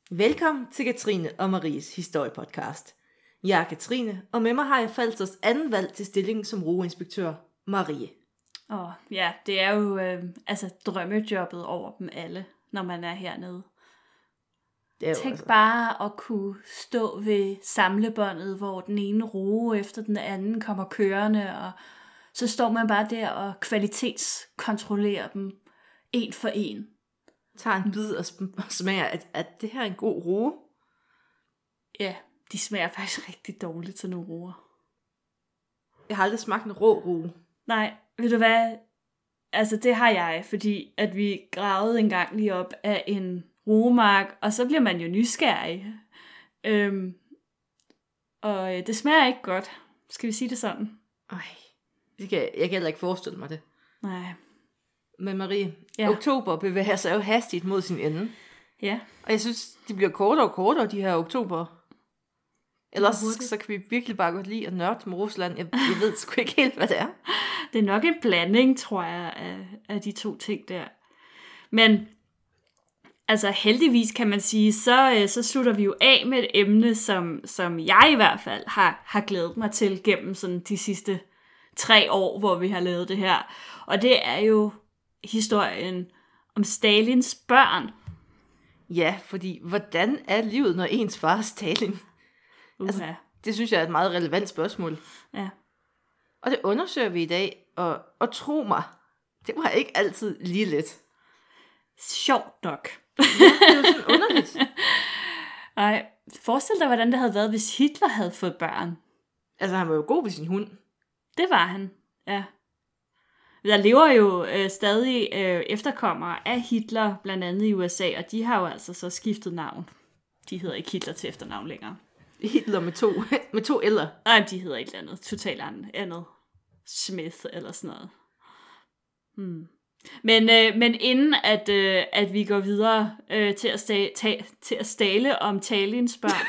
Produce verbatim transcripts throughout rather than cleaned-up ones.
Velkommen til Katrine og Maries historiepodcast. Jeg er Katrine, og med mig har jeg Falsters anden valg til stillingen som roeinspektør, Marie. Åh, oh, ja, det er jo øh, altså drømmejobbet over dem alle, når man er hernede. Det er Tænk altså... bare at kunne stå ved samlebåndet, hvor den ene roe efter den anden kommer kørende, og så står man bare der og kvalitetskontrollerer dem en for en. Tager en bid og smager, at, at det her er en god roe. Ja, de smager faktisk rigtig dårligt til nogle roer. Jeg har aldrig smagt en rå roe. Nej, ved du hvad? Altså det har jeg, fordi at vi gravede en gang lige op af en roemark, og så bliver man jo nysgerrig. Øhm, og det smager ikke godt. Skal vi sige det sådan? Ej, det kan, jeg kan heller ikke forestille mig det. Nej. Men Marie, ja. Oktober bevæger sig jo hastigt mod sin ende. Ja. Og jeg synes, de bliver kortere og kortere, de her oktober. Ellers så kan vi virkelig bare godt lide at nørde med Rusland. Jeg, jeg ved sgu ikke helt, hvad det er. Det er nok en blanding, tror jeg, af, af de to ting der. Men altså heldigvis kan man sige, så, så slutter vi jo af med et emne, som, som jeg i hvert fald har, har glædet mig til gennem sådan de sidste tre år, hvor vi har lavet det her. Og det er jo historien om Stalins børn. Ja, fordi hvordan er livet, når ens far er Stalin? Uh-huh. Altså, det synes jeg er et meget relevant spørgsmål. Ja. Og det undersøger vi i dag, og, og tro mig, det var ikke altid lige let. Sjovt nok. Ja, det er jo sådan underligt. Ej, forestil dig, hvordan det havde været, hvis Hitler havde fået børn. Altså, han var jo god ved sin hund. Det var han, ja. Der lever jo øh, stadig øh, efterkommere af Hitler, blandt andet i U S A, og de har jo altså så skiftet navn. De hedder ikke Hitler til efternavn længere. Hitler med to, med to eller. Nej, de hedder et eller andet, totalt andet. Smith eller sådan noget. Hmm. Men, øh, men inden at, øh, at vi går videre øh, til, at sta- ta- til at stale om Stalins børn.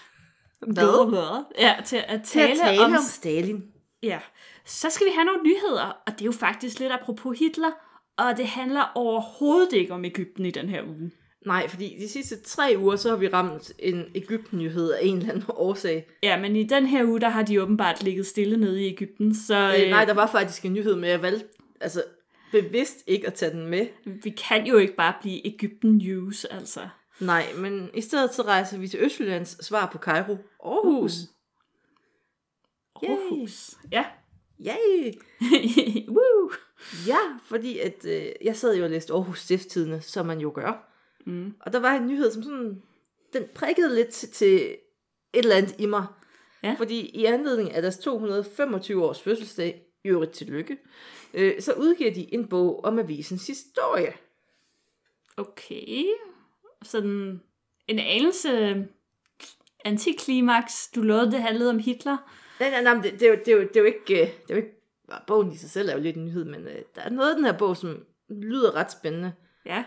Hvad? Ja, til at tale, til at tale om, om Stalin. Ja, så skal vi have nogle nyheder, og det er jo faktisk lidt apropos Hitler, og det handler overhovedet ikke om Egypten i den her uge. Nej, fordi de sidste tre uger, så har vi ramt en Egypten-nyhed af en eller anden årsag. Ja, men i den her uge, der har de åbenbart ligget stille nede i Egypten, så... Øh, nej, der var faktisk en nyhed, men jeg valgte altså, bevidst ikke at tage den med. Vi kan jo ikke bare blive Egypten News, altså. Nej, men i stedet så rejser vi til Østjyllands svar på Kairo. Aarhus. Uh. Aarhus. Ja. Yay! Woo! Ja, fordi at, øh, jeg sad jo og læste Aarhus Stiftstidende, som man jo gør. Mm. Og der var en nyhed, som sådan, den prikkede lidt til, til et eller andet i mig. Ja. Fordi i anledning af deres to hundrede og femogtyve års fødselsdag, i øvrigt tillykke, øh, så udgiver de en bog om avisens historie. Okay. Sådan en anelse antiklimaks. Du lovede, det handlede om Hitler. Nej, nej, nej, det, det, er jo, det, er jo, det er jo ikke... Det er jo ikke bogen i sig selv er jo lidt en nyhed, men øh, der er noget af den her bog, som lyder ret spændende. Ja.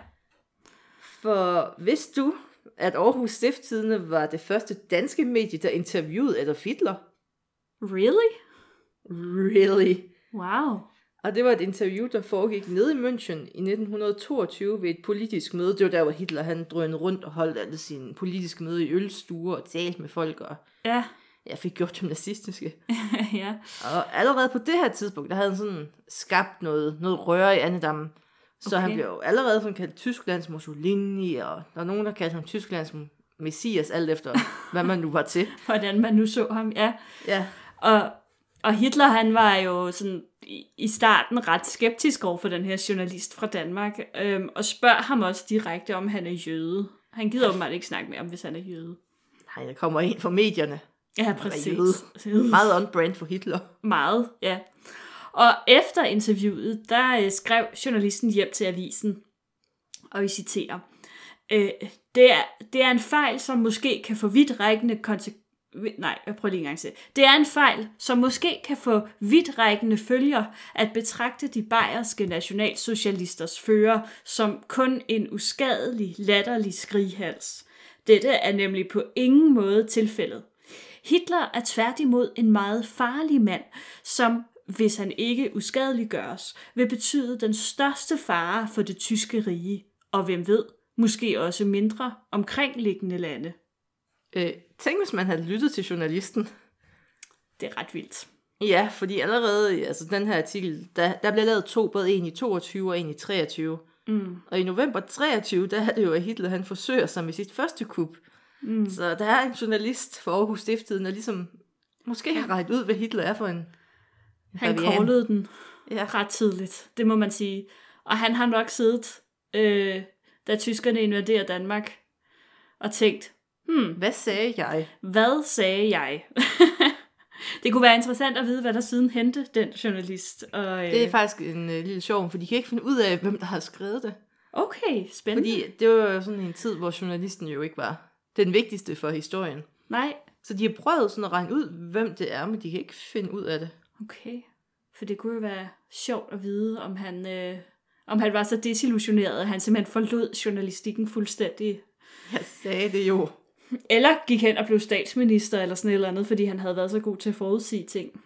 For vidste du, at Aarhus Stiftstidende var det første danske medie, der interviewede Adolf Hitler? Really? Really? Wow. Og det var et interview, der foregik nede i München i nitten toogtyve ved et politisk møde. Det var der, hvor Hitler han drønede rundt og holdt alle sine politiske møder i ølstuer og talte med folk. Og ja. Jeg fik gjort dem nazistiske. Ja. Og allerede på det her tidspunkt, der havde han sådan skabt noget, noget røre i andedammen. Så okay. Han blev jo allerede sådan kaldt Tysklands Mussolini, og der er nogen, der kaldte ham Tysklands Messias, alt efter, hvad man nu var til. Hvordan man nu så ham, ja. Ja. Og, og Hitler, han var jo sådan i, i starten ret skeptisk over for den her journalist fra Danmark, øhm, og spørger ham også direkte, om han er jøde. Han gider åbenbart ikke snakke med om, hvis han er jøde. Nej, der kommer en fra medierne. Ja, præcis. Meget on brand for Hitler. Meget, ja. Og efter interviewet, der skrev journalisten hjem til avisen, og vi citerer, øh, det, er, det er en fejl, som måske kan få vidtrækkende konsekvenser. Nej, jeg prøver lige en gang til. Det er en fejl, som måske kan få vidtrækkende følger at betragte de bayerske nationalsocialisters fører som kun en uskadelig, latterlig skrighals. Dette er nemlig på ingen måde tilfældet. Hitler er tværtimod en meget farlig mand, som, hvis han ikke uskadeliggøres, vil betyde den største fare for det tyske rige, og hvem ved, måske også mindre omkringliggende lande. Øh, tænk, hvis man havde lyttet til journalisten. Det er ret vildt. Ja, fordi allerede, altså den her artikel, der, der blev lavet to, både en i toogtyve og en i treogtyve. Mm. Og i november treogtyve, der er det jo, at Hitler han forsøger sig med sit første kup. Mm. Så der er en journalist for Aarhus Stiftstidende, der ligesom måske har regnet ud, hvad Hitler er for en, en Han bavian. callede den Ja. ret tidligt, det må man sige. Og han har nok siddet, øh, da tyskerne invaderer Danmark, og tænkt, hmm, Hvad sagde jeg? hvad sagde jeg? Det kunne være interessant at vide, hvad der siden hente den journalist. Og, øh... Det er faktisk en øh, lille sjov, for de kan ikke finde ud af, hvem der har skrevet det. Okay, spændende. Fordi det var jo sådan en tid, hvor journalisten jo ikke var den vigtigste for historien. Nej, Så de har prøvet sådan at regne ud, hvem det er, men de kan ikke finde ud af det. okay. For det kunne jo være sjovt at vide, om han, øh, om han var så desillusioneret, at han simpelthen forlod journalistikken fuldstændig. Jeg sagde det jo. Eller gik hen og blev statsminister eller sådan et eller andet, fordi han havde været så god til at forudsige ting.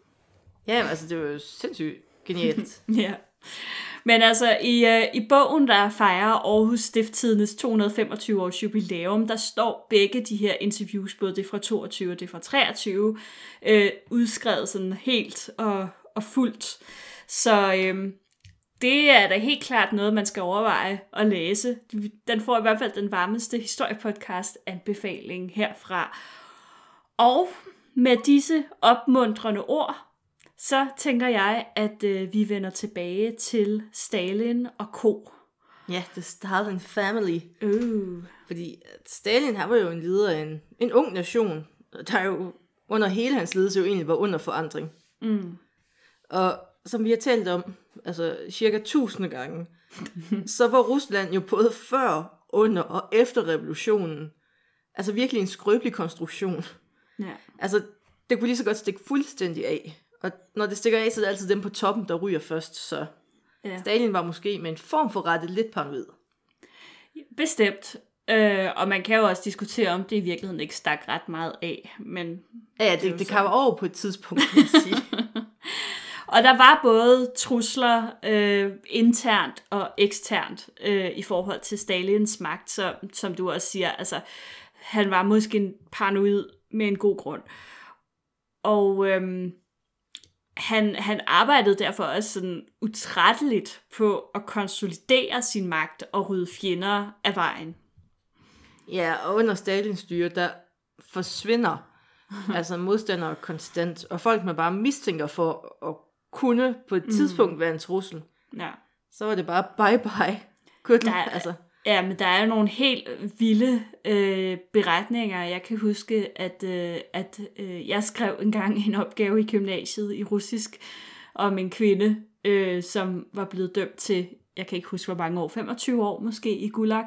Ja, altså det var jo sindssygt genialt. Ja. Men altså, i, øh, i bogen, der fejrer Aarhus Stiftstidendes to hundrede og femogtyve års jubilæum, der står begge de her interviews, både det fra toogtyve og det fra treogtyve, øh, udskrevet sådan helt og, og fuldt. Så øh, det er da helt klart noget, man skal overveje at læse. Den får i hvert fald den varmeste historiepodcast-anbefaling herfra. Og med disse opmuntrende ord, så tænker jeg, at øh, vi vender tilbage til Stalin og co. Ja, The Stalin Family. Øh. Fordi at Stalin, han var jo en leder af en, en ung nation, der jo under hele hans ledelse jo egentlig var under forandring. Mm. Og som vi har talt om, altså cirka tusinde gange, så var Rusland jo både før, under og efter revolutionen, altså virkelig en skrøbelig konstruktion. Ja. Altså, det kunne lige så godt stikke fuldstændig af. Og når det stikker af, så er det altid dem på toppen, der ryger først. Så Ja. Stalin var måske med en form for rettet lidt paranoid. Bestemt. Øh, og man kan jo også diskutere, om det i virkeligheden ikke stak ret meget af. Men Ja, ja, Det er det, jo det så- kan være over på et tidspunkt, kan man sige. Og der var både trusler øh, internt og eksternt øh, i forhold til Stalins magt, så, som du også siger. Altså, han var måske en paranoid med en god grund. Og øhm, han, han arbejdede derfor også sådan utrætteligt på at konsolidere sin magt og rydde fjender af vejen. Ja, og under Stalins styre, der forsvinder altså modstandere konstant, og folk man bare mistænker for at kunne på et tidspunkt være en trussel. Ja. Så var det bare bye bye. Good. Der er- Altså, Ja, men der er jo nogle helt vilde øh, beretninger. Jeg kan huske, at, øh, at øh, jeg skrev engang en opgave i gymnasiet i russisk om en kvinde, øh, som var blevet dømt til, jeg kan ikke huske hvor mange år, femogtyve år måske, i Gulag.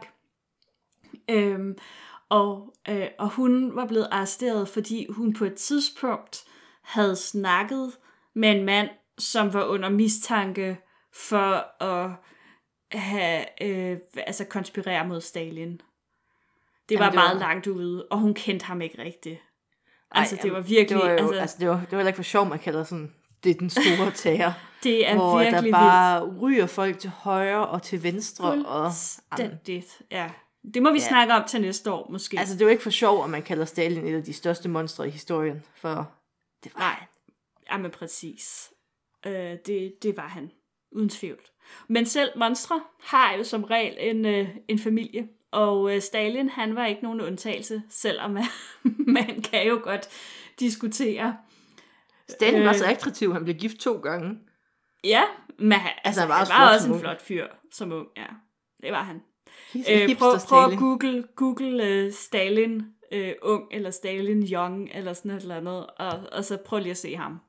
Øhm, og, øh, og hun var blevet arresteret, fordi hun på et tidspunkt havde snakket med en mand, som var under mistanke for at have, øh, altså konspirere mod Stalin. Det var Jamen, det var- meget langt ude, og hun kendte ham ikke rigtigt. Altså, ej, det var jamen, virkelig... Det var, jo, altså, altså, det var, det var heller ikke for sjov, man kalder sådan, det er den store terror. det er hvor virkelig der vildt. bare ryger folk til højre og til venstre. Og, Fuldstændigt, ja. Det må vi Ja. snakke om til næste år, måske. altså, det er jo ikke for sjov, at man kalder Stalin et af de største monstre i historien. For det var Nej, jamen præcis. Øh, det, det var han, uden tvivl. Men selv monstre har jo som regel en, øh, en familie, og øh, Stalin, han var ikke nogen undtagelse, selvom man kan jo godt diskutere. Stalin var Øh. så attraktiv, han blev gift to gange. Ja, men han, altså, han var han også var flot også som en ung. flot fyr som ung, ja. Det var han. Hipster, Øh, prøv, hipster prøv at Stalin. google, google uh, Stalin uh, ung, eller Stalin young, eller sådan et eller andet, og, og så prøv lige at se ham.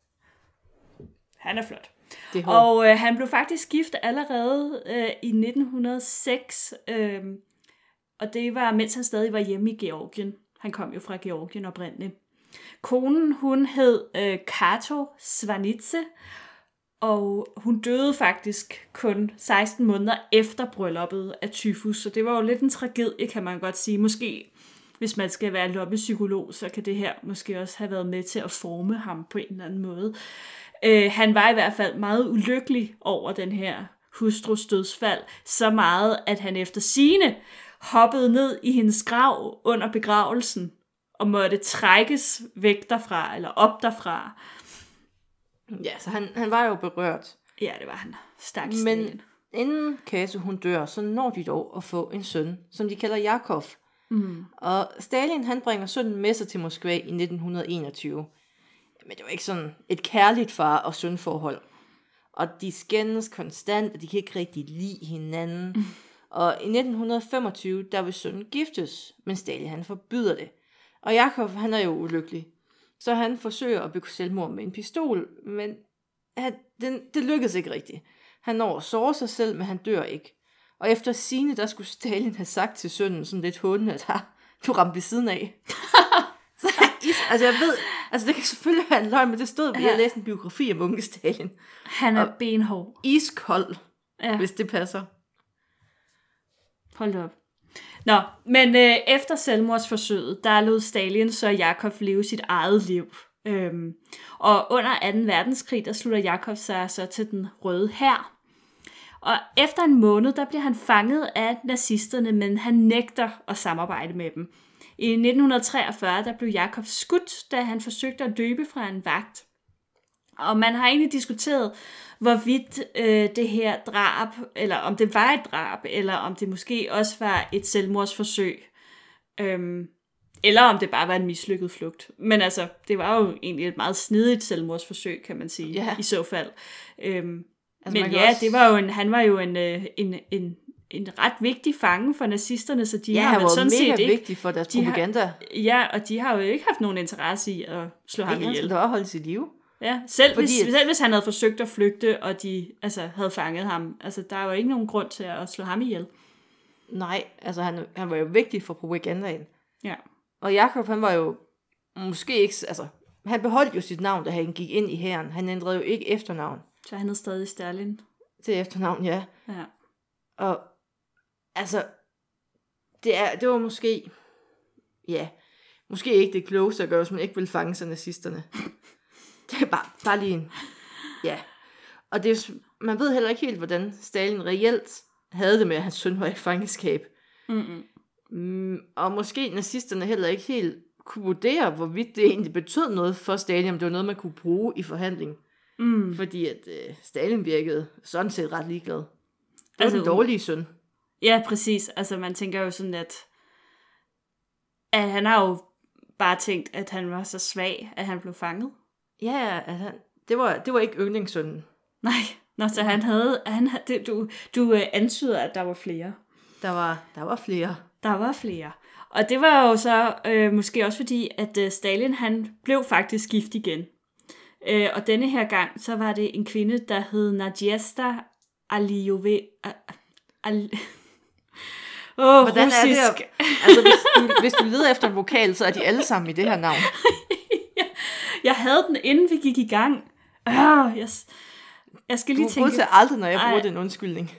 Han er flot. Det er hårdt. Og øh, han blev faktisk gift allerede øh, i nitten hundrede og seks, øh, og det var, mens han stadig var hjemme i Georgien. Han kom jo fra Georgien oprindeligt. Konen, hun hed øh, Kato Svanitze, og hun døde faktisk kun seksten måneder efter brylluppet af tyfus, så det var jo lidt en tragedie, kan man godt sige. Måske, hvis man skal være loppepsykolog, så kan det her måske også have været med til at forme ham på en eller anden måde. Øh, han var i hvert fald meget ulykkelig over den her hustrus dødsfald så meget, at han efter sigende hoppede ned i hendes grav under begravelsen og måtte trækkes væk derfra, eller op derfra. Ja, så han, han var jo berørt. Ja, det var han. Stakkels Men Stalin. inden Cato hun dør, så når de dog at få en søn, som de kalder Jakov. Mm. Og Stalin, han bringer sønnen med sig til Moskva i nitten enogtyve. Men det var ikke sådan et kærligt far- og sønforhold. Og de skændes konstant, og de kan ikke rigtig lide hinanden. Mm. Og i nitten femogtyve, der vil sønnen giftes, men Stalin, han forbyder det. Og Jakov, han er jo ulykkelig. Så han forsøger at begå selvmord med en pistol, men han, den, det lykkedes ikke rigtigt. Han når at såre sig selv, men han dør ikke. Og efter sigende, der skulle Stalin have sagt til sønnen sådan lidt håndende, at du ramte ved siden af. Så, altså jeg ved, altså det kan selvfølgelig være en løgn, men det stod, at jeg læste en biografi om unge Stalin. Han er og benhård. Iskold, ja. Hvis det passer. Hold op. Nå, men øh, efter selvmordsforsøget, der lod Stalin så Jakov leve sit eget liv. Øhm, og under anden verdenskrig, der slutter Jakov sig så til den røde hær. Og efter en måned, der bliver han fanget af nazisterne, men han nægter at samarbejde med dem. I nitten treogfyrre, der blev Jakov skudt, da han forsøgte at løbe fra en vagt. Og man har egentlig diskuteret, hvorvidt øh, det her drab, eller om det var et drab, eller om det måske også var et selvmordsforsøg. Øhm, eller om det bare var en mislykket flugt. Men altså, det var jo egentlig et meget snedigt selvmordsforsøg, kan man sige, ja. I så fald. Øhm, altså, men ja, også... det var jo en, han var jo en, en, en, en ret vigtig fange for nazisterne, så de ja, har vel sådan set ikke... Ja, han var mega vigtig for deres propaganda. Har, ja, og de har jo ikke haft nogen interesse i at slå ham ihjel. Han skulle da holde sit liv. Ja, selv, Fordi hvis, at... selv hvis han havde forsøgt at flygte, og de altså, havde fanget ham, altså der er jo ikke nogen grund til at slå ham ihjel. Nej, altså han, han var jo vigtig for propagandaen. Ja. Og Jakov, han var jo måske ikke, altså han beholdt jo sit navn, da han gik ind i hæren. Han ændrede jo ikke efternavn. Så han hed stadig Stalin. Til efternavn, ja. Ja. Og altså, det, er, det var måske, ja, måske ikke det klogeste at gøre, hvis man ikke ville fange sig nazisterne. Det er bare, bare lige en, ja. Og det, man ved heller ikke helt, hvordan Stalin reelt havde det med, at hans søn var i fangeskab. Mm-mm. Mm, og måske nazisterne heller ikke helt kunne vurdere, hvorvidt det egentlig betød noget for Stalin, om det var noget, man kunne bruge i forhandling. Mm. Fordi at øh, Stalin virkede sådan set ret ligeglad. Det var altså, den dårlige søn. Ja, præcis. Altså man tænker jo sådan, at, at han har jo bare tænkt, at han var så svag, at han blev fanget. Ja, at han, det, var, det var ikke yndlingssønnen. Nej, Nå, så han havde, han havde du, du antyder, at der var flere. Der var, der var flere. Der var flere. Og det var jo så øh, måske også fordi, at øh, Stalin han blev faktisk gift igen. Øh, og denne her gang, så var det en kvinde, der hed Nadjesta Alijove... Al... Åh, oh, Hvordan russisk. er det? Altså, hvis du, hvis du leder efter en vokal, så er de alle sammen i det her navn. Jeg havde den, inden vi gik i gang. Øh, jeg, jeg skal lige du tænke... Du til aldrig, når jeg bruger den undskyldning.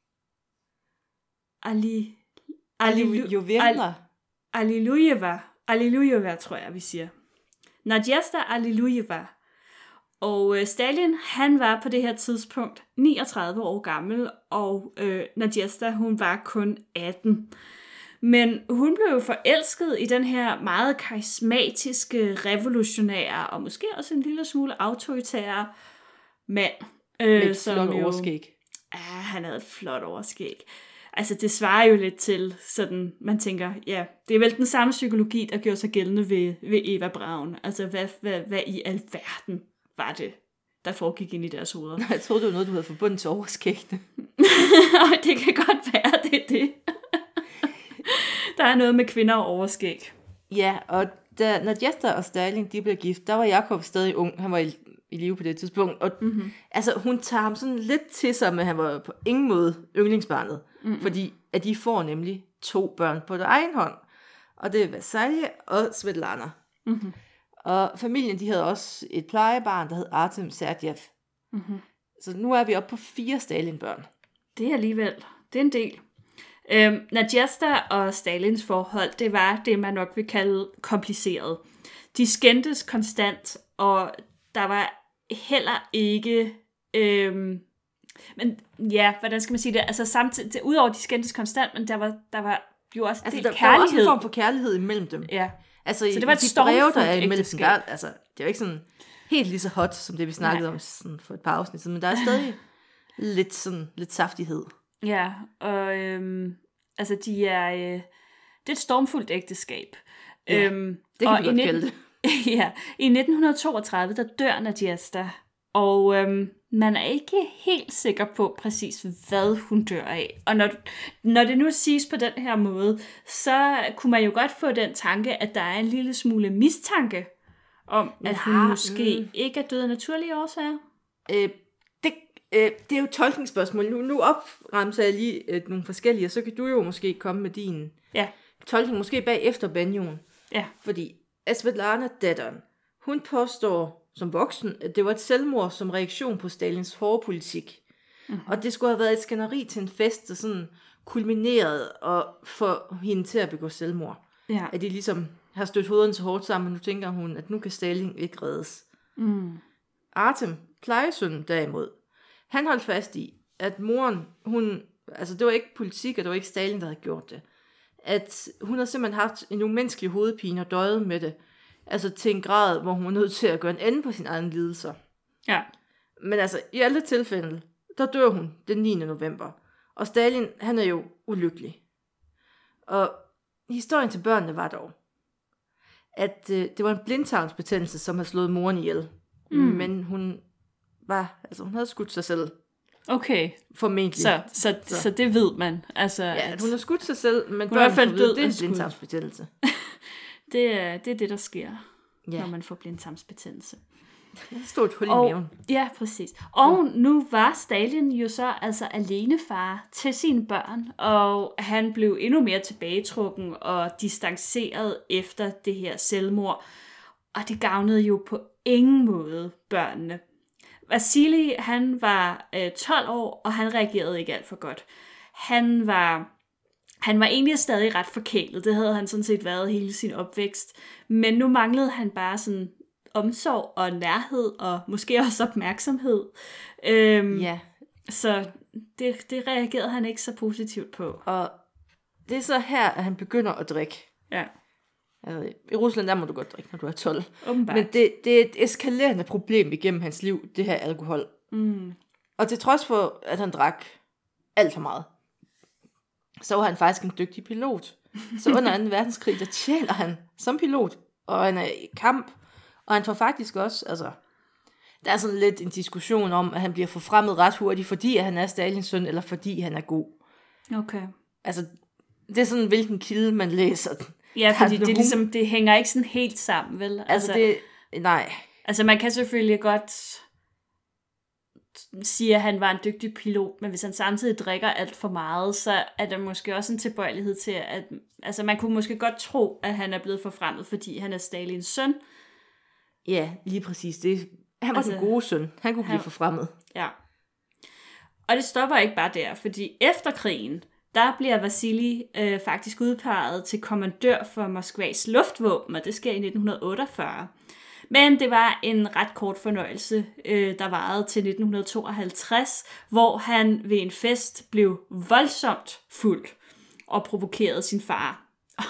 Ali... Alilujevna. Alilujeva. Alilujeva, tror jeg, vi siger. Nadjesta Alilujeva. Og øh, Stalin, han var på det her tidspunkt niogtredive år gammel, og øh, Nadjesta, hun var kun atten. Men hun blev jo forelsket i den her meget karismatiske, revolutionære, og måske også en lille smule autoritære mand. Øh, Med et flot overskæg. Ja, han havde et flot overskæg. Altså, det svarer jo lidt til sådan, man tænker, ja, det er vel den samme psykologi, der gjorde sig gældende ved, ved Eva Braun. Altså, hvad, hvad, hvad i alverden var det, der foregik ind i deres hoveder? Jeg troede, det var noget, du havde forbundet til overskæggene. Det kan godt være, det er det. Der er noget med kvinder og overskæg. Ja, og da Nadjesta og Stalin, de blev gift, der var Jakov stadig ung. Han var i, i live på det tidspunkt. Og mm-hmm. altså, hun tager ham sådan lidt til sig, men han var på ingen måde yndlingsbarnet. Mm-hmm. Fordi at de får nemlig to børn på deres egen hånd. Og det er Vasalje og Svetlana. Mm-hmm. Og familien, de havde også et plejebarn, der hed Artem Sergejev. Mm-hmm. Så nu er vi oppe på fire Stalin-børn. Det er alligevel, det er en del. Øhm, Nadjesta og Stalins forhold, det var det, man nok vil kalde kompliceret. De skændtes konstant, og der var heller ikke... Øhm, Men ja, hvordan skal man sige det? Altså samtidig, det, udover de skændtes konstant, men der var, der var jo også altså, del der, kærlighed. Der var også en form for kærlighed imellem dem. Ja. Altså, så det var et de breve, der er imellem ægteskab. dem, der, altså, det er jo ikke sådan helt lige så hot, som det vi snakkede Nej. om sådan for et par afsnit siden, men der er stadig lidt sådan, lidt saftighed. Ja, og øhm, altså de er, øh, det er et stormfuldt ægteskab. Ja, øhm, det kan og vi godt nitten kalde det. Ja, i nitten toogtredive, der dør Nadjesta, og øhm, man er ikke helt sikker på præcis, hvad hun dør af. Og når, når det nu siges på den her måde, så kunne man jo godt få den tanke, at der er en lille smule mistanke om, at ja, hun måske mm. ikke er død af naturlige årsager. Øh, det, øh, det er jo et tolkningsspørgsmål. Nu, nu opremser jeg lige øh, nogle forskellige, og så kan du jo måske komme med din ja. tolkning, måske bagefter Banjoen. Ja. Fordi Svetlana, datteren, hun påstår som voksen, at det var et selvmord som reaktion på Stalins hårde politik. Mm-hmm. Og det skulle have været et skænderi til en fest, der sådan kulminerede og få hende til at begå selvmord. Ja. At de ligesom har stødt hovederne så hårdt sammen, og nu tænker hun, at nu kan Stalin ikke reddes. Mm. Artem, plejesønnen derimod, han holdt fast i, at moren, hun, altså det var ikke politik, og det var ikke Stalin, der havde gjort det. At hun havde simpelthen haft en umenneskelig hovedpine og døjet med det. Altså til en grad, hvor hun var nødt til at gøre en ende på sine egne lidelser. Ja. Men altså, i alle tilfælde, der dør hun den niende november. Og Stalin, han er jo ulykkelig. Og historien til børnene var dog, at øh, det var en blindtarmsbetændelse, som havde slået moren ihjel. Mm. Men hun var, altså hun havde skudt sig selv. Okay. Formentlig. Så, så, så. så det ved man. Altså, ja, at hun har skudt sig selv, men børn får død, det er en blindtarmsbetændelse. det, er, det er det, der sker, ja. når man får blindtarmsbetændelse. Det stod et hul i og, maven. Ja, præcis. Og ja. Nu var Stalin jo så altså alenefar til sine børn, og han blev endnu mere tilbagetrukken og distanceret efter det her selvmord. Og det gavnede jo på ingen måde børnene. Vasili, han var øh, tolv år, og han reagerede ikke alt for godt. Han var, han var egentlig stadig ret forkælet. Det havde han sådan set været hele sin opvækst. Men nu manglede han bare sådan omsorg og nærhed, og måske også opmærksomhed. Øhm, ja. Så det, det reagerede han ikke så positivt på. Og det er så her, at han begynder at drikke. Ja. Altså, i Rusland, der må du godt drikke, når du er tolv. Åbenbart. Men det, det er et eskalerende problem igennem hans liv, det her alkohol. Mm. Og til trods for, at han drak alt for meget, så var han faktisk en dygtig pilot. Så under anden verdenskrig, der tjener han som pilot, og han er i kamp, og han får faktisk også, altså, der er sådan lidt en diskussion om, at han bliver forfremmet ret hurtigt, fordi han er Stalins søn, eller fordi han er god. Okay. Altså, det er sådan, hvilken kilde man læser. Ja, fordi det, ligesom, det hænger ikke sådan helt sammen, vel? Altså, altså det, nej. Altså, man kan selvfølgelig godt sige, at han var en dygtig pilot, men hvis han samtidig drikker alt for meget, så er der måske også en tilbøjelighed til, at altså, man kunne måske godt tro, at han er blevet forfremmet, fordi han er Stalins søn. Ja, lige præcis. Det, han var altså, den gode søn. Han kunne han, blive forfremmet. Ja. Og det stopper ikke bare der, fordi efter krigen, der bliver Vasili øh, faktisk udpeget til kommandør for Moskvas luftvåben, og det sker i nitten otteogfyrre. Men det var en ret kort fornøjelse, øh, der varede til nitten tooghalvtreds, hvor han ved en fest blev voldsomt fuld og provokerede sin far.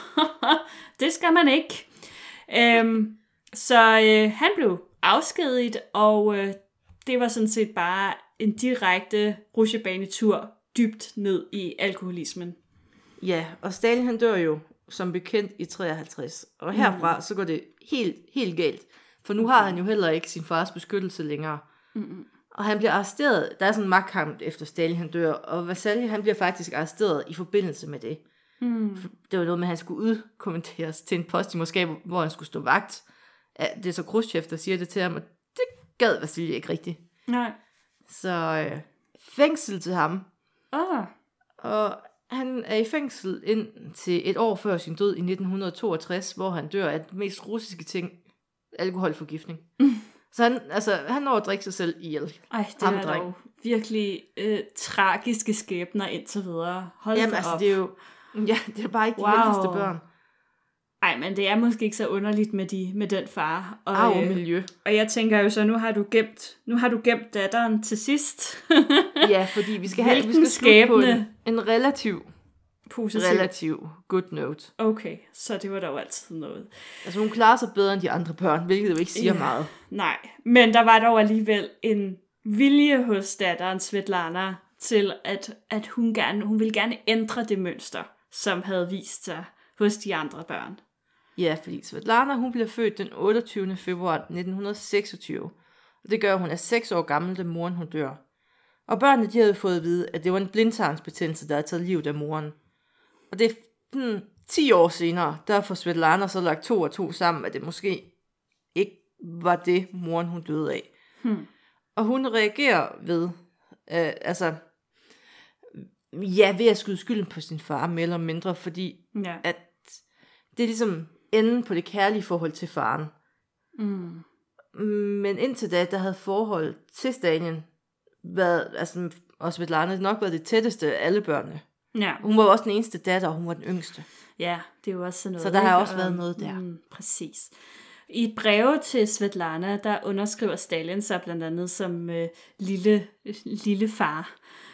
Det skal man ikke. Øhm, så øh, han blev afskediget, og øh, det var sådan set bare en direkte rutsjebanetur dybt ned i alkoholismen. Ja, og Stalin han dør jo som bekendt i treoghalvtreds, og herfra mm. så går det helt, helt galt, for nu har han jo heller ikke sin fars beskyttelse længere. Mm. Og han bliver arresteret, der er sådan en magtkamp efter Stalin han dør, og Vasili han bliver faktisk arresteret i forbindelse med det. Mm. Det var noget med, at han skulle udkommenteres til en post i Moskva, hvor han skulle stå vagt. Det er så Khrushchev, der siger det til ham, og det gad Vasili ikke rigtigt. Nej. Så øh, fængsel til ham. Ah. Og han er i fængsel indtil et år før sin død i nitten toogtres, hvor han dør af den mest russiske ting, alkoholforgiftning. Mm. Så han, altså, han når at drikke sig selv ihjel. Ej, det ham, er dreng. Dog virkelig øh, tragiske skæbner indtil videre. Hold Jamen, da altså, op. det er jo ja, det er bare ikke de wow. heldigste børn. Ej, men det er måske ikke så underligt med, de, med den far. Og, Arv og miljø. Og jeg tænker jo så, nu har du gemt, nu har du gemt datteren til sidst. Ja, fordi vi skal, have, vi skal slutte på en, en relativ, positiv. relativ good note. Okay, så det var da jo altid noget. Altså hun klarer sig bedre end de andre børn, hvilket jo ikke siger ja, meget. Nej, men der var dog alligevel en vilje hos datteren Svetlana til, at, at hun, gerne, hun ville gerne ændre det mønster, som havde vist sig hos de andre børn. Ja, fordi Svetlana, hun bliver født den otteogtyvende februar nitten seksogtyve. Og det gør, at hun er seks år gammel, da moren hun dør. Og børnene, de havde fået at vide, at det var en blindtarmsbetændelse, der havde taget livet af moren. Og det er hmm, ti år senere, der får Svetlana så lagt to og to sammen, at det måske ikke var det, moren hun døde af. Hmm. Og hun reagerer ved, øh, altså, ja, ved at skyde skylden på sin far, mere eller mindre, fordi ja. at det er ligesom enden på det kærlige forhold til faren. Mm. Men indtil da, der havde forhold til Stalin været, altså, og Svetlana nok været det tætteste af alle børnene. Ja. Hun var også den eneste datter, og hun var den yngste. Ja, det er jo også sådan noget. Så der har også været noget der. Mm, præcis. I et breve til Svetlana, der underskriver Stalin sig blandt andet som øh, lille, lille far.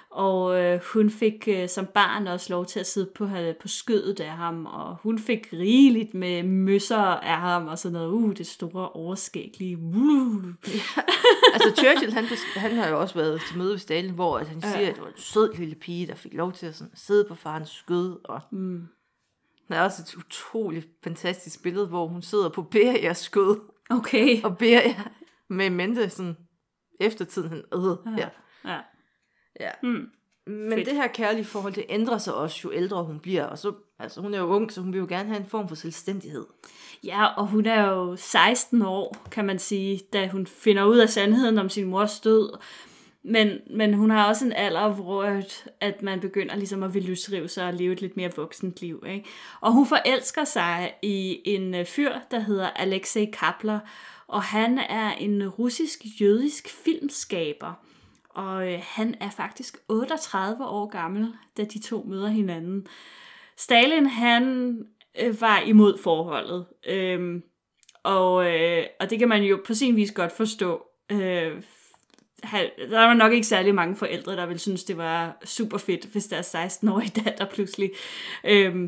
Og øh, hun fik øh, som barn også lov til at sidde på, øh, på skødet af ham, og hun fik rigeligt med møsser af ham, og sådan noget, uh, det store overskæg lige, uh. Ja. Altså Churchill, han, han har jo også været til møde ved Stalin, hvor at han siger, ja. at det var en sød lille pige, der fik lov til at sådan, sidde på farens skød, og mm. der er også et utroligt fantastisk billede, hvor hun sidder på Berias skød, okay. og Beria med mente sådan, eftertiden, han, øh, ja. ja. Ja. Hmm. Men Fedt. det her kærlige forhold, det ændrer sig også, jo ældre hun bliver. Og så, altså hun er jo ung, så hun vil jo gerne have en form for selvstændighed. Ja, og hun er jo seksten år, kan man sige, da hun finder ud af sandheden om sin mors død. Men, men hun har også en alder, hvor at man begynder ligesom at ville løsrive sig og leve et lidt mere voksent liv. Ikke? Og hun forelsker sig i en fyr, der hedder Alexei Kapler. Og han er en russisk-jødisk filmskaber. Og øh, han er faktisk otteogtredive år gammel, da de to møder hinanden. Stalin, han øh, var imod forholdet. Øhm, og, øh, og det kan man jo på sin vis godt forstå. Øh, han, der var nok ikke særlig mange forældre, der ville synes, det var super fedt, hvis deres seksten-årige datter pludselig øh,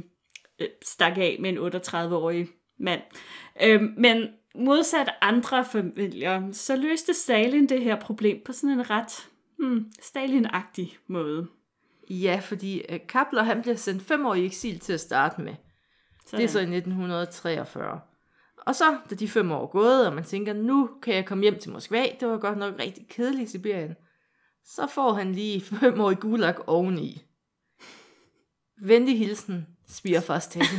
stak af med en otteogtredive-årig mand. Øh, men modsat andre familier, så løste Stalin det her problem på sådan en ret hmm, Stalin-agtig måde. Ja, fordi uh, Kapler, han bliver sendt fem år i eksil til at starte med. Sådan. Det er så i nitten treogfyrre. Og så, da de fem år er gået, og man tænker, nu kan jeg komme hjem til Moskva, det var godt nok rigtig kedeligt i Sibirien, så får han lige fem år i Gulag oveni. Venlig hilsen, svigerfar Stalin.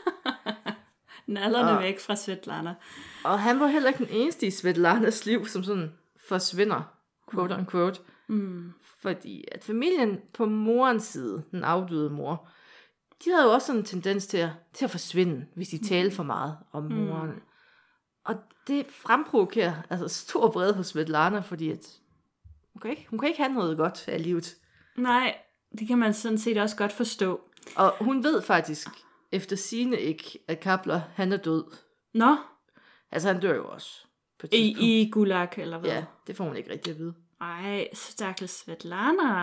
Nallerne og, væk fra Svetlana. Og han var heller ikke den eneste i Svetlanas liv, som sådan forsvinder, quote on quote. Mm. Fordi at familien på morens side, den afdøde mor, de havde jo også sådan en tendens til at, til at forsvinde, hvis de talte for meget om moren. Mm. Og det fremprovokerer altså stor vrede hos Svetlana, fordi at hun kan, ikke, hun kan ikke have noget godt af livet. Nej, det kan man sådan set også godt forstå. Og hun ved faktisk efter sigende ikke, at Kapler, han er død. Nå? Altså han dør jo også. På I, I Gulag, eller hvad? Ja, det får hun ikke rigtig at vide. Ej, stakkels Svetlana.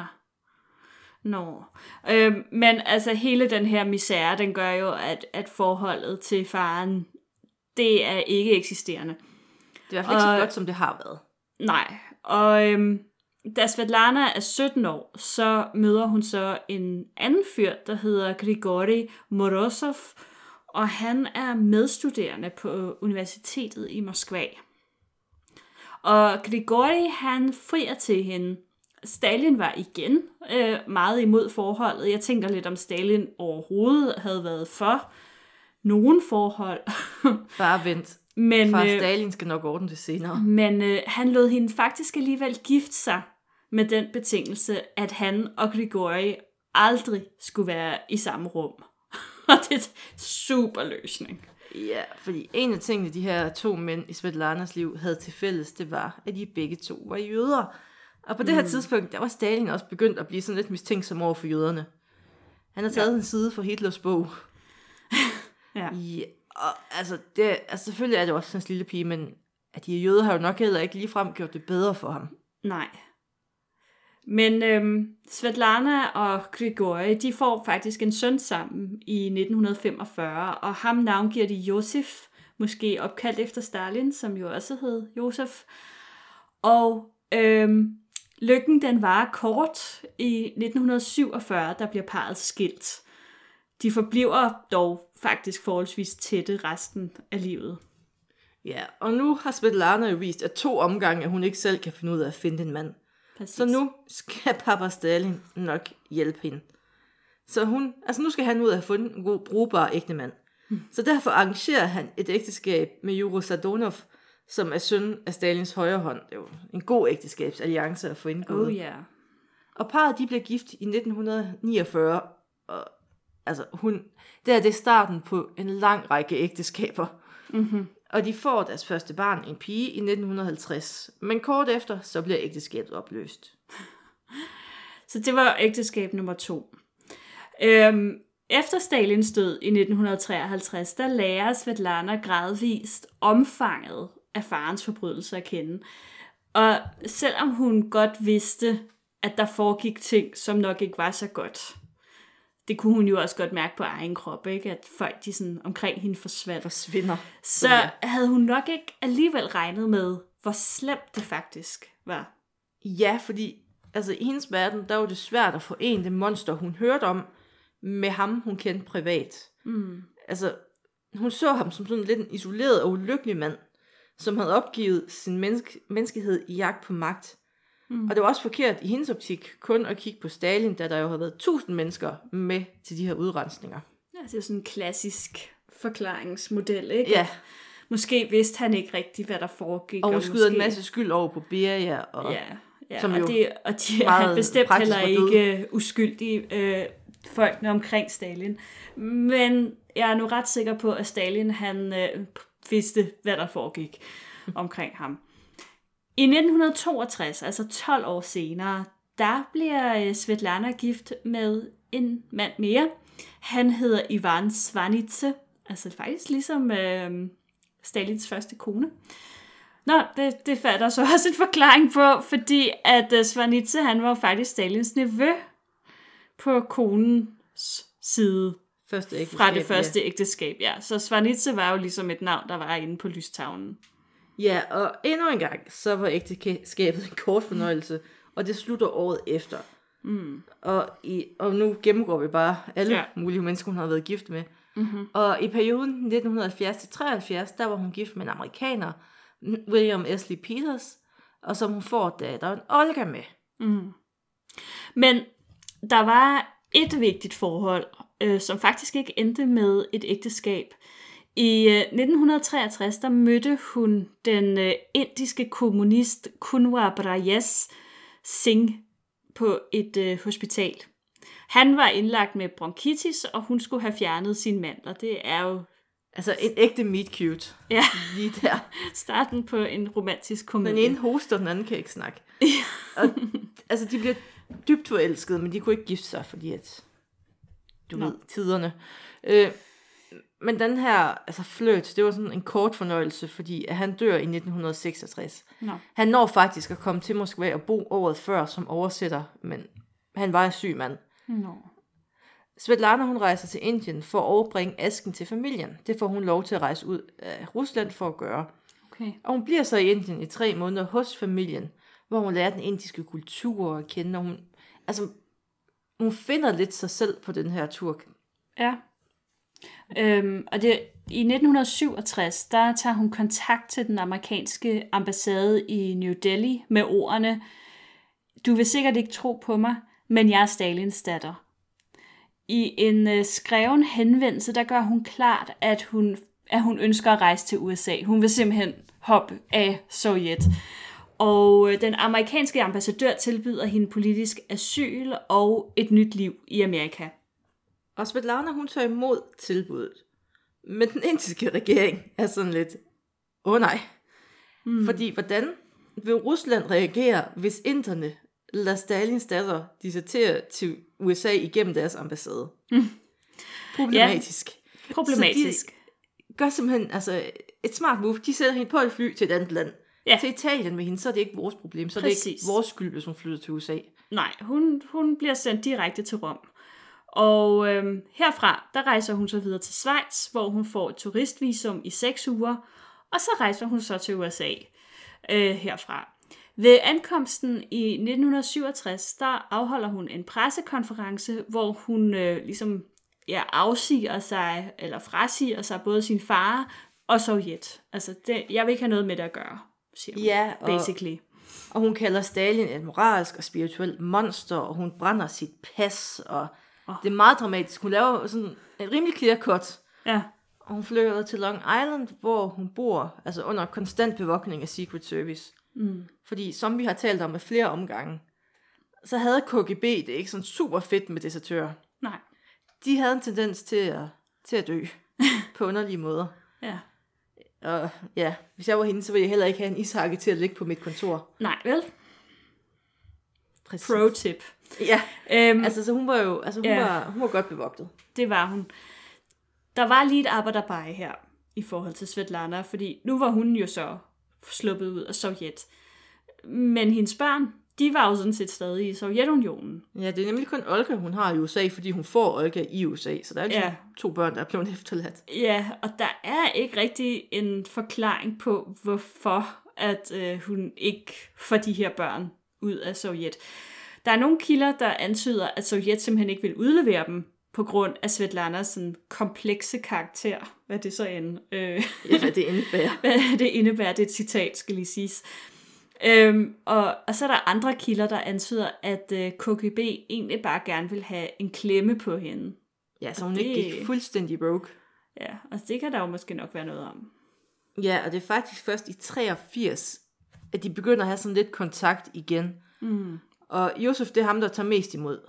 Nå. Øhm, men altså hele den her misære, den gør jo, at, at forholdet til faren, det er ikke eksisterende. Det er i hvert fald ikke så godt, som det har været. Nej. Og øhm, da Svetlana er sytten år, så møder hun så en anden fyr, der hedder Grigori Morozov, og han er medstuderende på universitetet i Moskva. Og Grigori, han frier til hende. Stalin var igen øh, meget imod forholdet. Jeg tænker lidt, om Stalin overhovedet havde været for nogen forhold. Bare vent. Men, Far øh, Stalin skal nok ordne det senere. Men øh, han lod hende faktisk alligevel gifte sig med den betingelse, at han og Grigori aldrig skulle være i samme rum. Og det er en super løsning. Ja, fordi en af tingene, de her to mænd i Svetlanas liv havde til fælles, det var, at de begge to var jøder. Og på det her mm. tidspunkt, der var Stalin også begyndt at blive sådan lidt mistænksom over for jøderne. Han har taget ja. en side fra Hitlers bog. ja. Ja, Og altså, det, altså, selvfølgelig er det også hans lille pige, men at de jøder har jo nok heller ikke ligefrem gjort det bedre for ham. Nej. Men øhm, Svetlana og Grigori, de får faktisk en søn sammen i nitten femogfyrre, og ham navngiver de Josef, måske opkaldt efter Stalin, som jo også hed Josef. Og øhm, lykken den var kort. I nitten syvogfyrre, der bliver parret skilt. De forbliver dog faktisk forholdsvis tætte resten af livet. Ja, og nu har Svetlana jo vist, at to omgange, at hun ikke selv kan finde ud af at finde en mand. Præcis. Så nu skal papa Stalin nok hjælpe hende. Så hun, altså nu skal han ud af at få en god, brugbar ægtemand. Hmm. Så derfor arrangerer han et ægteskab med Juro Sadonov, som er søn af Stalins højre hånd. Det er jo en god ægteskabsalliance at få indgået. Oh yeah. Og parret de blev gift i nitten niogfyrre, og altså hun, det er det starten på en lang række ægteskaber. Mm-hmm. Og de får deres første barn, en pige, i nitten halvtreds. Men kort efter, så bliver ægteskabet opløst. Så det var ægteskab nummer to. Øhm, efter Stalins død i nitten treoghalvtreds, der lærer Svetlana gradvist omfanget af farens forbrydelser at kende. Og selvom hun godt vidste, at der foregik ting, som nok ikke var så godt, det kunne hun jo også godt mærke på egen krop, ikke? At folk de sådan omkring hende forsvandt. Forsvinder. Så havde hun nok ikke alligevel regnet med, hvor slemt det faktisk var. Ja, fordi altså, i hendes verden, der var det svært at forene det monster, hun hørte om, med ham, hun kendte privat. Mm. Altså, hun så ham som sådan lidt en isoleret og ulykkelig mand, som havde opgivet sin menneske- menneskehed i jagt på magt. Mm. Og det var også forkert i hendes optik kun at kigge på Stalin, da der jo havde været tusind mennesker med til de her udrensninger. Ja, det er sådan en klassisk forklaringsmodel, ikke? Ja. Måske vidste han ikke rigtigt, hvad der foregik. Og hun og skyder måske... en masse skyld over på Beria. Og, ja, ja. som og, jo det, og de er bestemt heller ikke uskyldige øh, folkene omkring Stalin. Men jeg er nu ret sikker på, at Stalin han øh, vidste, hvad der foregik omkring ham. I nitten toogtres, altså tolv år senere, der bliver Svetlana gift med en mand mere. Han hedder Ivan Svanidze, altså faktisk ligesom øh, Stalins første kone. Nå, det, det fandt der så også en forklaring på, fordi at uh, Svanidze, han var faktisk Stalins nevø på konens side første fra det første ja. ægteskab. Ja. Så Svanidze var jo ligesom et navn, der var inde på lystavlen. Ja, og endnu en gang, så var ægteskabet en kort fornøjelse, og det slutter året efter. Mm. Og, i, og nu gennemgår vi bare alle ja. mulige mennesker, hun har været gift med. Mm-hmm. Og i perioden nitten halvfjerds til treoghalvfjerds, der var hun gift med en amerikaner, William Esley Peters, og som hun får datteren Olga med. Mm. Men der var et vigtigt forhold, øh, som faktisk ikke endte med et ægteskab. I øh, nitten treogtres, der mødte hun den øh, indiske kommunist Kunwar Brajes Singh på et øh, hospital. Han var indlagt med bronkitis, og hun skulle have fjernet sine mandler. Det er jo... Altså en ægte meet cute. Ja. Lige der. Starten på en romantisk komedie. Den ene hoster, den anden kan ikke snakke. Og, altså de bliver dybt forelskede, men de kunne ikke gifte sig, fordi at, du Nå. ved, tiderne. Øh, men den her, altså flirt, det var sådan en kort fornøjelse, fordi at han dør i nitten seksogtres. Nå. Han når faktisk at komme til Moskva og bo året før som oversætter, men han var en syg mand. Nå. Svetlana, hun rejser til Indien for at overbringe asken til familien. Det får hun lov til at rejse ud af Rusland for at gøre. Okay. Og hun bliver så i Indien i tre måneder hos familien, hvor hun lærer den indiske kultur at kende. Og hun, altså, hun finder lidt sig selv på den her tur. Ja. Øhm, og det, i nitten syvogtres, der tager hun kontakt til den amerikanske ambassade i New Delhi med ordene: "Du vil sikkert ikke tro på mig, men jeg er Stalins datter." I en øh, skreven henvendelse, der gør hun klart, at hun, at hun ønsker at rejse til U S A. Hun vil simpelthen hoppe af Sovjet. Og øh, den amerikanske ambassadør tilbyder hende politisk asyl og et nyt liv i Amerika. Og Svetlana, hun tager imod tilbuddet. Men den indiske regering er sådan lidt, åh oh, nej. Mm. Fordi hvordan vil Rusland reagere, hvis inderne lader Stalins datter dissertere til U S A igennem deres ambassade? Mm. Problematisk. Ja, problematisk. Så de gør simpelthen altså, et smart move. De sætter hende på et fly til et andet land. Ja. Til Italien med hende, så er det ikke vores problem. Så Præcis. er det ikke vores skyld, hvis hun flytter til U S A. Nej, hun, hun bliver sendt direkte til Rom. Og øhm, herfra, der rejser hun så videre til Schweiz, hvor hun får et turistvisum i seks uger. Og så rejser hun så til U S A øh, herfra. Ved ankomsten i nitten syvogtres, der afholder hun en pressekonference, hvor hun øh, ligesom ja, afsiger sig, eller frasiger sig både sin far og Sovjet. Altså, det, jeg vil ikke have noget med det at gøre, siger hun, ja, og, basically. Og hun kalder Stalin et moralsk og spirituelt monster, og hun brænder sit pas, og oh. det er meget dramatisk. Hun laver sådan en rimelig clear cut. Ja. Og hun flytter til Long Island, hvor hun bor altså under konstant bevogtning af Secret Service. Mm. Fordi, som vi har talt om med flere omgange, så havde K G B det ikke sådan super fedt med desertører. Nej. De havde en tendens til at, til at dø på underlige måder. Ja. Og ja, hvis jeg var hende, så ville jeg heller ikke have en ishakke til at ligge på mit kontor. Nej, vel? Præcis. Pro-tip. Ja, Øhm, altså så hun var jo altså, hun, ja. var, hun var godt bevogtet. Det var hun. Der var lige et arbejderbej her i forhold til Svetlana, fordi nu var hun jo så sluppet ud af Sovjet. Men hendes børn, de var jo sådan set stadig i Sovjetunionen. Ja, det er nemlig kun Olga, hun har i U S A, fordi hun får Olga i U S A, så der er jo ja. to børn, der er blevet efterladt. Ja, og der er ikke rigtig en forklaring på, hvorfor at øh, hun ikke får de her børn ud af Sovjet. Der er nogle kilder, der antyder, at Sovjet simpelthen ikke vil udlevere dem, på grund af Svetlanas sådan komplekse karakter. Hvad det så end... Øh, ja, hvad det indebærer. hvad det indebærer, det er et citat, skal lige siges. Øhm, og, og så er der andre kilder, der antyder, at øh, K G B egentlig bare gerne vil have en klemme på hende. Ja, så hun det, ikke gik fuldstændig broke. Ja, og det kan der jo måske nok være noget om. Ja, og det er faktisk først i treogfirs, at de begynder at have sådan lidt kontakt igen. Mm. Og Josef, det er ham, der tager mest imod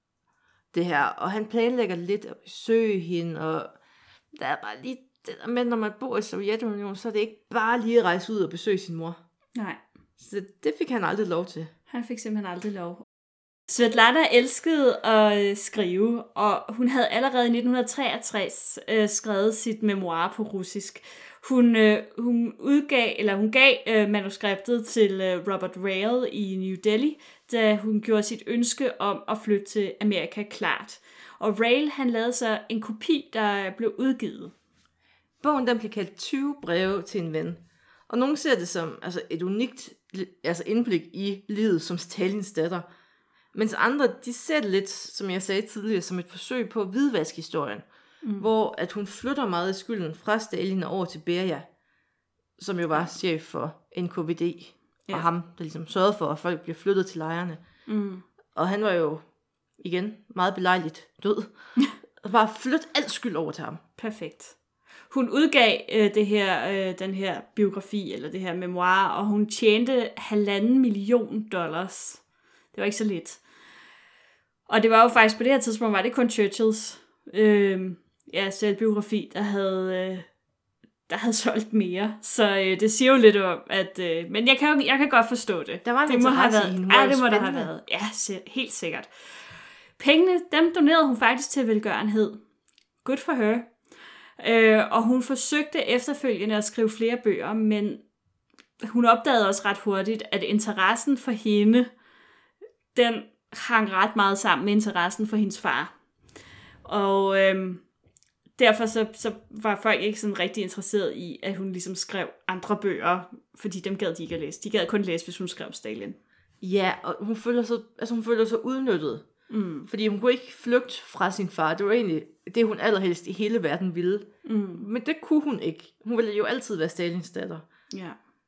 det her. Og han planlægger lidt at besøge hende, og der er bare lige det der med, når man bor i Sovjetunionen, så er det ikke bare lige at rejse ud og besøge sin mor. Nej. Så det fik han aldrig lov til. Han fik simpelthen aldrig lov. Svetlana elskede at skrive, og hun havde allerede i nitten treogtres øh, skrevet sit memoir på russisk. Hun, øh, hun udgav, eller hun gav øh, manuskriptet til øh, Robert Rale i New Delhi, da hun gjorde sit ønske om at flytte til Amerika klart. Og Rale, han lavede så en kopi, der blev udgivet. Bogen, den blev kaldt tyve breve til en ven. Og nogen ser det som altså et unikt altså indblik i livet som Stalins datter. Mens andre, de ser det lidt, som jeg sagde tidligere, som et forsøg på at hvidvaske historien. Mm. Hvor at hun flytter meget af skylden fra Stalin og over til Beria, som jo var chef for N K V D. Ja. Og ham, der ligesom sørgede for, at folk bliver flyttet til lejrene. Mm. Og han var jo, igen, meget belejligt død. Og bare flytte alt skyld over til ham. Perfekt. Hun udgav øh, det her, øh, den her biografi, eller det her memoir, og hun tjente halvanden million dollars. Det var ikke så lidt. Og det var jo faktisk, på det her tidspunkt, var det kun Churchills øh, ja, selvbiografi, der havde, øh, der havde solgt mere. Så øh, det siger jo lidt om, at... Øh, men jeg kan, jo, jeg kan godt forstå det. Der var en det må have været, i hende. Ja, det må der have været. Ja, helt sikkert. Pengene, dem donerede hun faktisk til velgørenhed. Good for her. Øh, og hun forsøgte efterfølgende at skrive flere bøger, men hun opdagede også ret hurtigt, at interessen for hende, den hang ret meget sammen med interessen for hendes far. Og øhm, derfor så, så var folk ikke sådan rigtig interesseret i, at hun ligesom skrev andre bøger, fordi dem gad de ikke at læse. De gad kun læse, hvis hun skrev Stalin. Ja, og hun føler sig, altså hun føler sig udnyttet. Mm. Fordi hun kunne ikke flygte fra sin far. Det var egentlig det, hun allerhelst i hele verden ville. Mm. Men det kunne hun ikke. Hun ville jo altid være Stalins datter. Ja.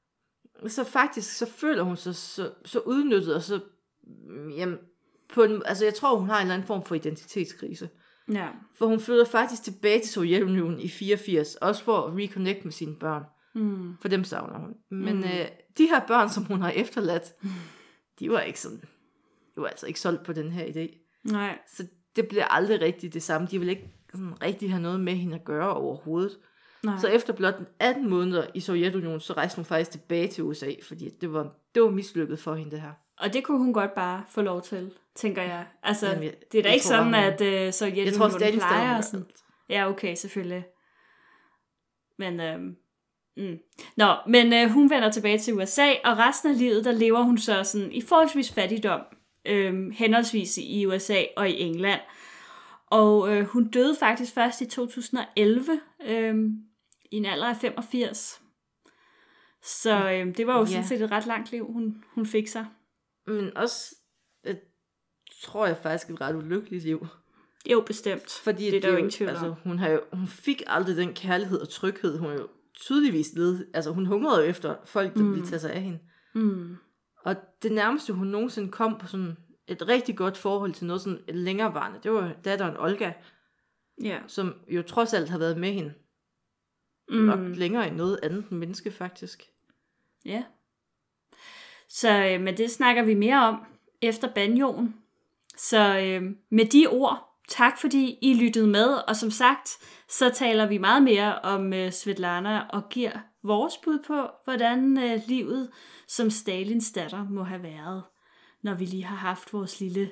Så faktisk, så føler hun sig så, så udnyttet, og så, jamen, på en, altså jeg tror, hun har en eller anden form for identitetskrise. Ja. For hun flytter faktisk tilbage til Sovjetunionen i fireogfirs, også for at reconnecte med sine børn. Mm. For dem savner hun. Men mm. øh, de her børn, som hun har efterladt, mm. de var ikke sådan, de var altså ikke solgt på den her idé. Nej. Så det bliver aldrig rigtigt det samme. De vil ikke sådan rigtig have noget med hende at gøre overhovedet. Nej. Så efter blot atten måneder i Sovjetunionen, så rejste hun faktisk tilbage til U S A, fordi det var, det var mislykket for hende, det her. Og det kunne hun godt bare få lov til, tænker jeg. Altså, Jamen, jeg, det er da ikke sådan, hun, at uh, Sovjetunionen jeg tror, plejer sådan. Ja, okay, selvfølgelig. Men, øhm, mm. Nå, men øh, hun vender tilbage til U S A, og resten af livet, der lever hun så sådan i forholdsvis fattigdom, øh, henholdsvis i U S A og i England. Og øh, hun døde faktisk først i to tusind og elleve, øh, i en alder af femogfirs. Så øh, det var jo ja. sådan set et ret langt liv, hun, hun fik sig. Men også, øh, tror jeg faktisk, et ret ulykkeligt liv. Jo, bestemt. Fordi det er der jo ingen tvivl om. Altså, hun, har jo, hun fik aldrig den kærlighed og tryghed, hun jo tydeligvis led. Altså, hun hungrede jo efter folk, der mm. ville tage sig af hende. Mm. Og det nærmeste, hun nogensinde kom på sådan et rigtig godt forhold til noget sådan et længerevarende, det var datteren Olga, yeah. som jo trods alt har været med hende. Mm. Nok længere end noget andet menneske, faktisk. Ja. Yeah. Så øh, men det snakker vi mere om efter banjoen. Så øh, med de ord, tak fordi I lyttede med, og som sagt, så taler vi meget mere om øh, Svetlana og giver vores bud på, hvordan øh, livet som Stalins datter må have været, når vi lige har haft vores lille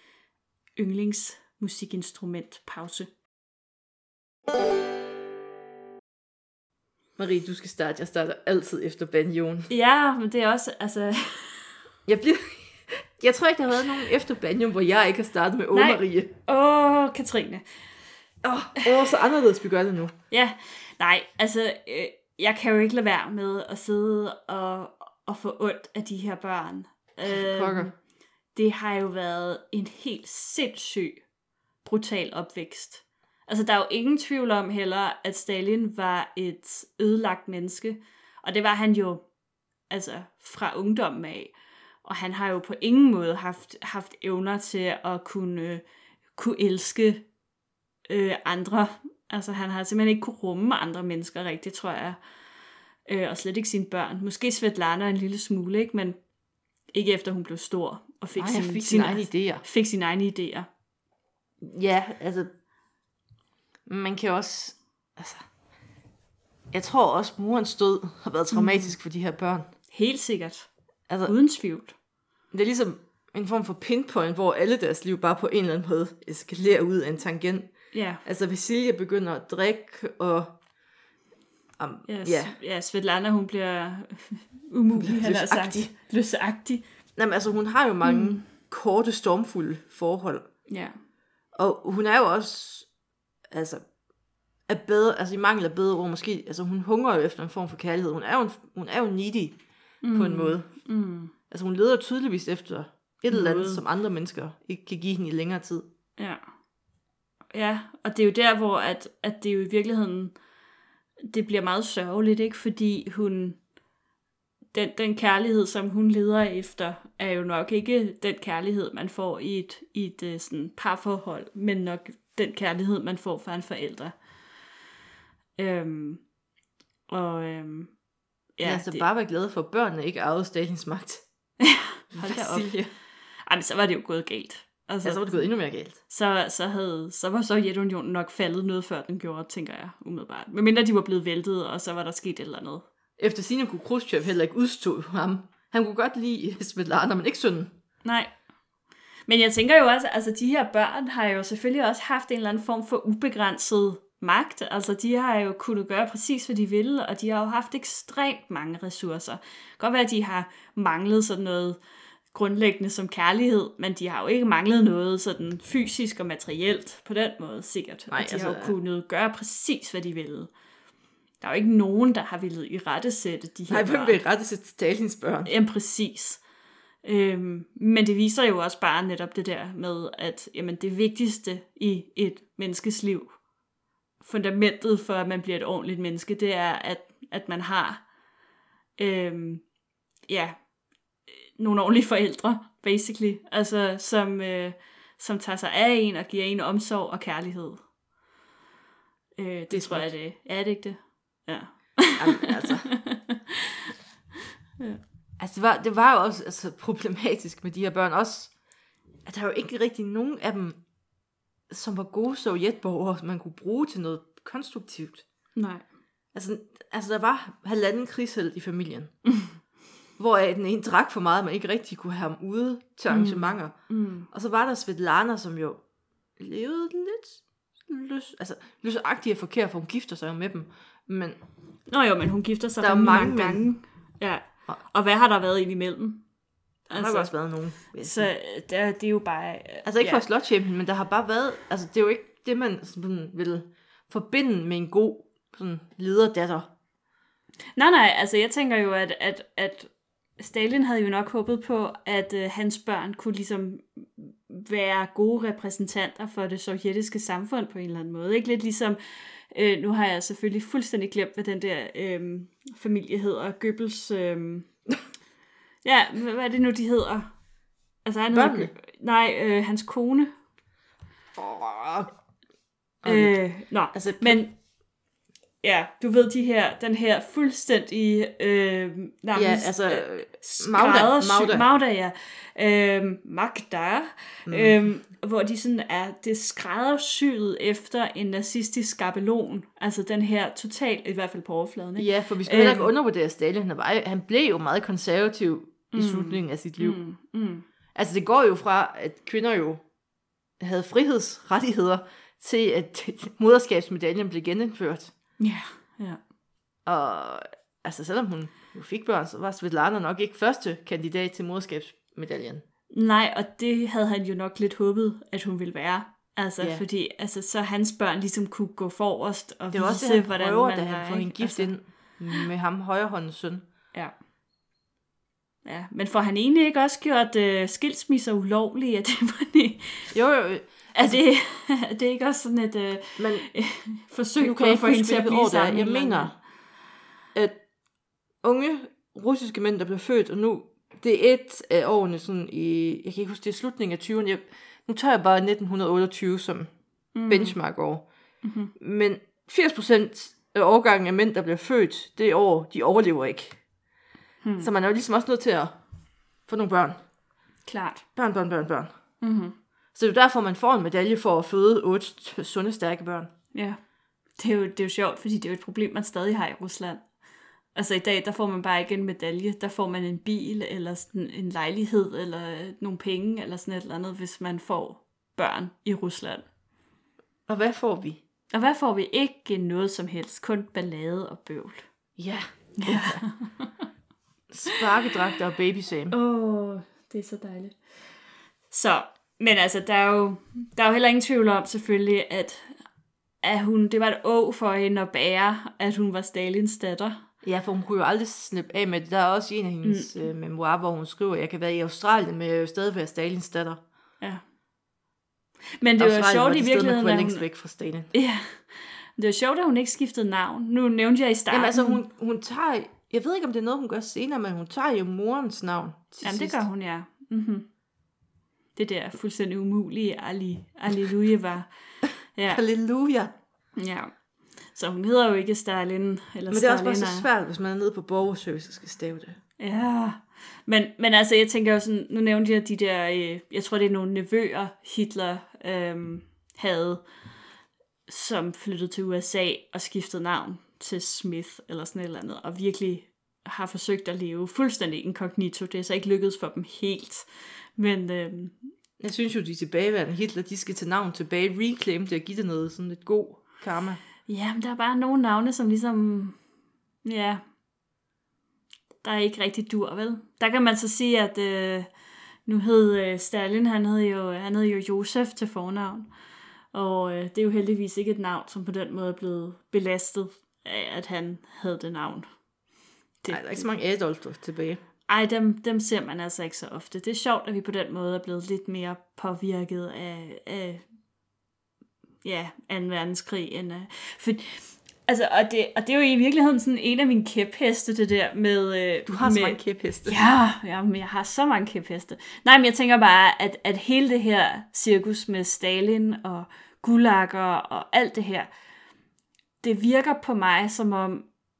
yndlingsmusikinstrument pause. Marie, du skal starte. Jeg starter altid efter banjoen. Ja, men det er også, altså... jeg bliver... Jeg tror ikke, der har været nogen efter banjoen, hvor jeg ikke har startet med Åh, Marie. Åh, Katrine. Åh, oh, oh, så anderledes vi gør det nu. Ja, nej, altså, øh, jeg kan jo ikke lade være med at sidde og, og få ondt af de her børn. Øh, det har jo været en helt sindssyg, brutal opvækst. Altså, der er jo ingen tvivl om heller, at Stalin var et ødelagt menneske. Og det var han jo, altså, fra ungdommen af. Og han har jo på ingen måde haft, haft evner til at kunne, øh, kunne elske øh, andre. Altså, han har simpelthen ikke kunne rumme andre mennesker rigtigt, tror jeg. Øh, og slet ikke sine børn. Måske Svetlana en lille smule, ikke? Men ikke efter hun blev stor og fik, Nej, sin, fik sin, sine egne idéer. Fik sine egne idéer. Ja, altså... Man kan også... Altså, jeg tror også, at morens død har været traumatisk mm. for de her børn. Helt sikkert. Altså, uden tvivl. Det er ligesom en form for pinpoint, hvor alle deres liv bare på en eller anden måde eskalerer ud af en tangent. Ja. Altså, Vasilija begynder at drikke, og... Um, ja, ja. ja, Svetlana, hun bliver umulig, han har sagt. Løsagtig. Jamen, altså, hun har jo mange mm. korte, stormfulde forhold. Ja. Og hun er jo også... Altså, er bedre, altså i mangel af bedre ord måske, altså hun hungrer jo efter en form for kærlighed. Hun er jo, en, hun er jo needy mm. på en måde. Mm. Altså hun leder tydeligvis efter et eller andet, som andre mennesker ikke kan give hende i længere tid. Ja. Ja, og det er jo der, hvor at, at det jo i virkeligheden, det bliver meget sørgeligt, ikke? Fordi hun, den, den kærlighed, som hun leder efter, er jo nok ikke den kærlighed, man får i et, i et sådan parforhold, men nok den kærlighed, man får fra en forælder. Øhm, og øhm, ja, ja, så det... bare være glade for, at børnene ikke arvede Stalins magt. Hold da op. Ej, men så var det jo gået galt. Altså, ja, så var det gået endnu mere galt. Så, så, havde, så var Sovjetunionen nok faldet noget før den gjorde, tænker jeg umiddelbart. Men mindre de var blevet væltet, og så var der sket et eller andet. Efter sigende kunne Khrushchev heller ikke udstå ham. Han kunne godt lide Svetlana, men ikke sønnen. Nej. Men jeg tænker jo også, altså de her børn har jo selvfølgelig også haft en eller anden form for ubegrænset magt. Altså de har jo kunnet gøre præcis, hvad de ville, og de har jo haft ekstremt mange ressourcer. Det kan godt være, at de har manglet sådan noget grundlæggende som kærlighed, men de har jo ikke manglet noget sådan fysisk og materielt på den måde, sikkert. Nej, og de altså, har jo kunnet gøre præcis, hvad de ville. Der er jo ikke nogen, der har ville irettesætte de her Nej, børn. hvem vil irettesætte Stalins børn? Jamen præcis. Øhm, men det viser jo også bare netop det der med, at jamen, det vigtigste i et menneskes liv, fundamentet for, at man bliver et ordentligt menneske, det er, at, at man har øhm, ja, nogle ordentlige forældre, basically, altså, som, øh, som tager sig af en og giver en omsorg og kærlighed. Øh, det, det tror jeg, det er. Er det ikke det? Ja. Jamen, altså... ja. Altså, det var, det var jo også altså, problematisk med de her børn. Også, at der er jo ikke rigtig nogen af dem, som var gode sovjetborgere, som man kunne bruge til noget konstruktivt. Nej. Altså, altså der var halvanden krigshelt i familien. Hvoraf den ene drak for meget, man ikke rigtig kunne have ham ude til arrangementer. Mm. Mm. Og så var der Svetlana, som jo levede lidt løs, altså, løsagtigt er forkert, for hun gifter sig jo med dem. Men Nå jo, men hun gifter sig der er mange, mange mange gange. Ja. Og hvad har der været ind imellem? Der altså, har også været nogen. Så der, det er jo bare... Altså ikke ja. for at slå men der har bare været... Altså det er jo ikke det, man sådan vil forbinde med en god sådan, lederdatter. Nej, nej, altså jeg tænker jo, at, at, at Stalin havde jo nok håbet på, at øh, hans børn kunne ligesom være gode repræsentanter for det sovjetiske samfund på en eller anden måde. Ikke lidt ligesom... Øh, nu har jeg selvfølgelig fuldstændig glemt, hvad den der øh, familie hedder. Goebbels... Øh, ja, hvad er det nu, de hedder? Altså han hedder... Børnene? Nej, øh, hans kone. Oh, øh, nå, altså, men... Ja, du ved de her, den her fuldstændig øh, nærmest ja, altså, øh, Magda, Magda. Magda, ja. Øh, Magda, mm. øh, hvor de sådan er, det er skræddersyet efter en nazistisk skabelon. Altså den her totalt, i hvert fald på overfladen. Ikke? Ja, for vi skal heller ikke øh, undervurdere Stalin. Han, var, han blev jo meget konservativ mm, i slutningen af sit liv. Mm, mm. Altså det går jo fra, at kvinder jo havde frihedsrettigheder, til at moderskabsmedaljen blev genindført. Ja, ja. Og altså selvom hun fik børn, så var Svetlana nok ikke første kandidat til moderskabsmedaljen. Nej, og det havde han jo nok lidt håbet, at hun ville være. Altså, ja. Fordi altså, så hans børn ligesom kunne gå forrest og det var vise, også det, han hvordan prøver, man da han får hende gift altså... ind med ham højrehåndens søn. Ja. Ja, men får han egentlig ikke også gjort uh, skilsmisser ulovlige? Det det... Jo, jo, jo. Altså, er det, det er ikke også sådan et uh, men, forsøg på at få hende til at blive sammen? Jeg mener, at unge russiske mænd, der bliver født, og nu, det er et af årene sådan i, jeg kan ikke huske, det er slutningen af tyverne, jeg, nu tager jeg bare nitten otteogtyve som mm. benchmark-år. Mm-hmm. Men firs procent af årgangen af mænd, der bliver født det år, de overlever ikke. Hmm. Så man er jo ligesom også nødt til at få nogle børn. Klart. Børn, børn, børn, børn. Mm-hmm. Så det er derfor, man får en medalje for at føde otte sunde, stærke børn. Ja, det er, jo, det er jo sjovt, fordi det er jo et problem, man stadig har i Rusland. Altså i dag, der får man bare ikke en medalje. Der får man en bil, eller sådan en lejlighed, eller nogle penge, eller sådan et eller andet, hvis man får børn i Rusland. Og hvad får vi? Og hvad får vi? Ikke noget som helst. Kun ballade og bøvl. Ja. ja. Sparkedragter og babysame. Åh, oh, det er så dejligt. Så, men altså, der er jo, der er jo heller ingen tvivl om selvfølgelig, at, at hun, det var et å for hende at bære, at hun var Stalins datter. Ja, for hun kunne jo aldrig slippe af med det. Der er også en af hendes mm. øh, memoirer, hvor hun skriver, at jeg kan være i Australien, men jeg vil stadig være Stalins datter. Ja. Men det var sjovt i virkeligheden, at hun... længst væk fra Stalin. Ja. Det var sjovt, at hun ikke skiftede navn. Nu nævnte jeg i starten. Jamen altså, hun, hun tager... Jeg ved ikke, om det er noget, hun gør senere, men hun tager jo morens navn. Jamen, det gør hun, ja. Mm-hmm. Det der fuldstændig umulige Ali, Alleluja var. Ja. Halleluja. Ja. Så hun hedder jo ikke Stalin. Eller men det er også bare så svært, hvis man er nede på borgerservice og skal stave det. Ja. Men, men altså, jeg tænker jo sådan, nu nævnte jeg de der, øh, jeg tror, det er nogle nevøer, Hitler øh, havde, som flyttede til U S A og skiftede navn til Smith eller sådan et eller andet, og virkelig har forsøgt at leve fuldstændig inkognito. Det er så ikke lykkedes for dem helt. Men øhm, jeg synes jo, de tilbageværende Hitler, de skal til navn tilbage, reclaim det og give det noget sådan lidt god karma. Ja, men der er bare nogle navne, som ligesom, ja, der er ikke rigtig dur, vel? Der kan man så sige, at øh, nu hed øh, Stalin, han hed jo, han hed jo Josef til fornavn. Og øh, det er jo heldigvis ikke et navn, som på den måde er blevet belastet af, at han havde det navn. Det, Ej, der er ikke så mange Adolf tilbage. Ej, dem, dem ser man altså ikke så ofte. Det er sjovt, at vi på den måde er blevet lidt mere påvirket af, af ja, anden verdenskrig. End af, for, altså, og, det, og det er jo i virkeligheden sådan en af mine kæpheste, det der med... Du har med, så mange kæpheste. Ja, ja, men jeg har så mange kæpheste. Nej, men jeg tænker bare, at, at hele det her cirkus med Stalin og gulager og alt det her, det virker på mig som om,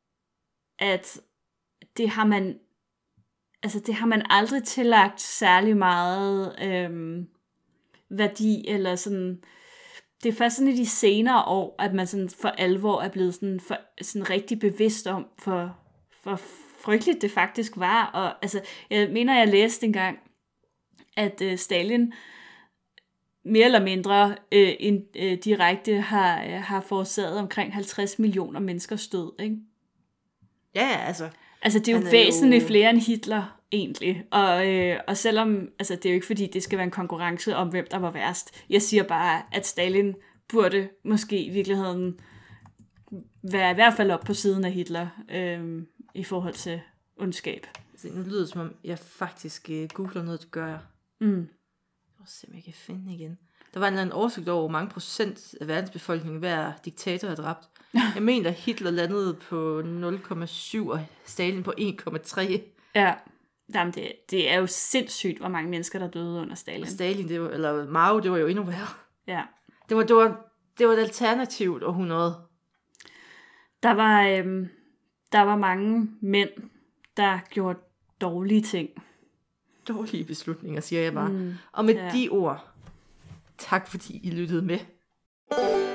at det har man, altså det har man aldrig tillagt særlig meget øhm, værdi, eller sådan, det er først sådan i de senere år, at man sådan for alvor er blevet sådan, for, sådan rigtig bevidst om, for, for frygteligt det faktisk var, og altså, jeg mener, jeg læste engang, at øh, Stalin mere eller mindre øh, in, øh, direkte har, øh, har forårsaget omkring halvtreds millioner menneskers død, ikke? Ja, altså. Altså, det er jo er væsentligt jo... flere end Hitler, egentlig. Og, øh, og selvom, altså, det er jo ikke fordi, det skal være en konkurrence om, hvem der var værst. Jeg siger bare, at Stalin burde måske i virkeligheden være i hvert fald op på siden af Hitler, øh, i forhold til ondskab. Altså, nu lyder det, som om jeg faktisk uh, googler noget, det gør jeg. Mm. Jeg må se, om jeg kan finde igen. Der var en eller anden oversigt over, hvor mange procent af verdensbefolkningen hver diktator har dræbt. Jeg mener, at Hitler landede på nul komma syv, og Stalin på en komma tre. Ja, jamen det, det er jo sindssygt, hvor mange mennesker, der døde under Stalin. Og Stalin, det var, eller Mao, det var jo endnu værre. Ja. Det var, det var, det var et alternativt århundrede. Der var, øhm, der var mange mænd, der gjorde dårlige ting. Dårlige beslutninger, siger jeg bare. Mm, og med ja. de ord, tak fordi I lyttede med.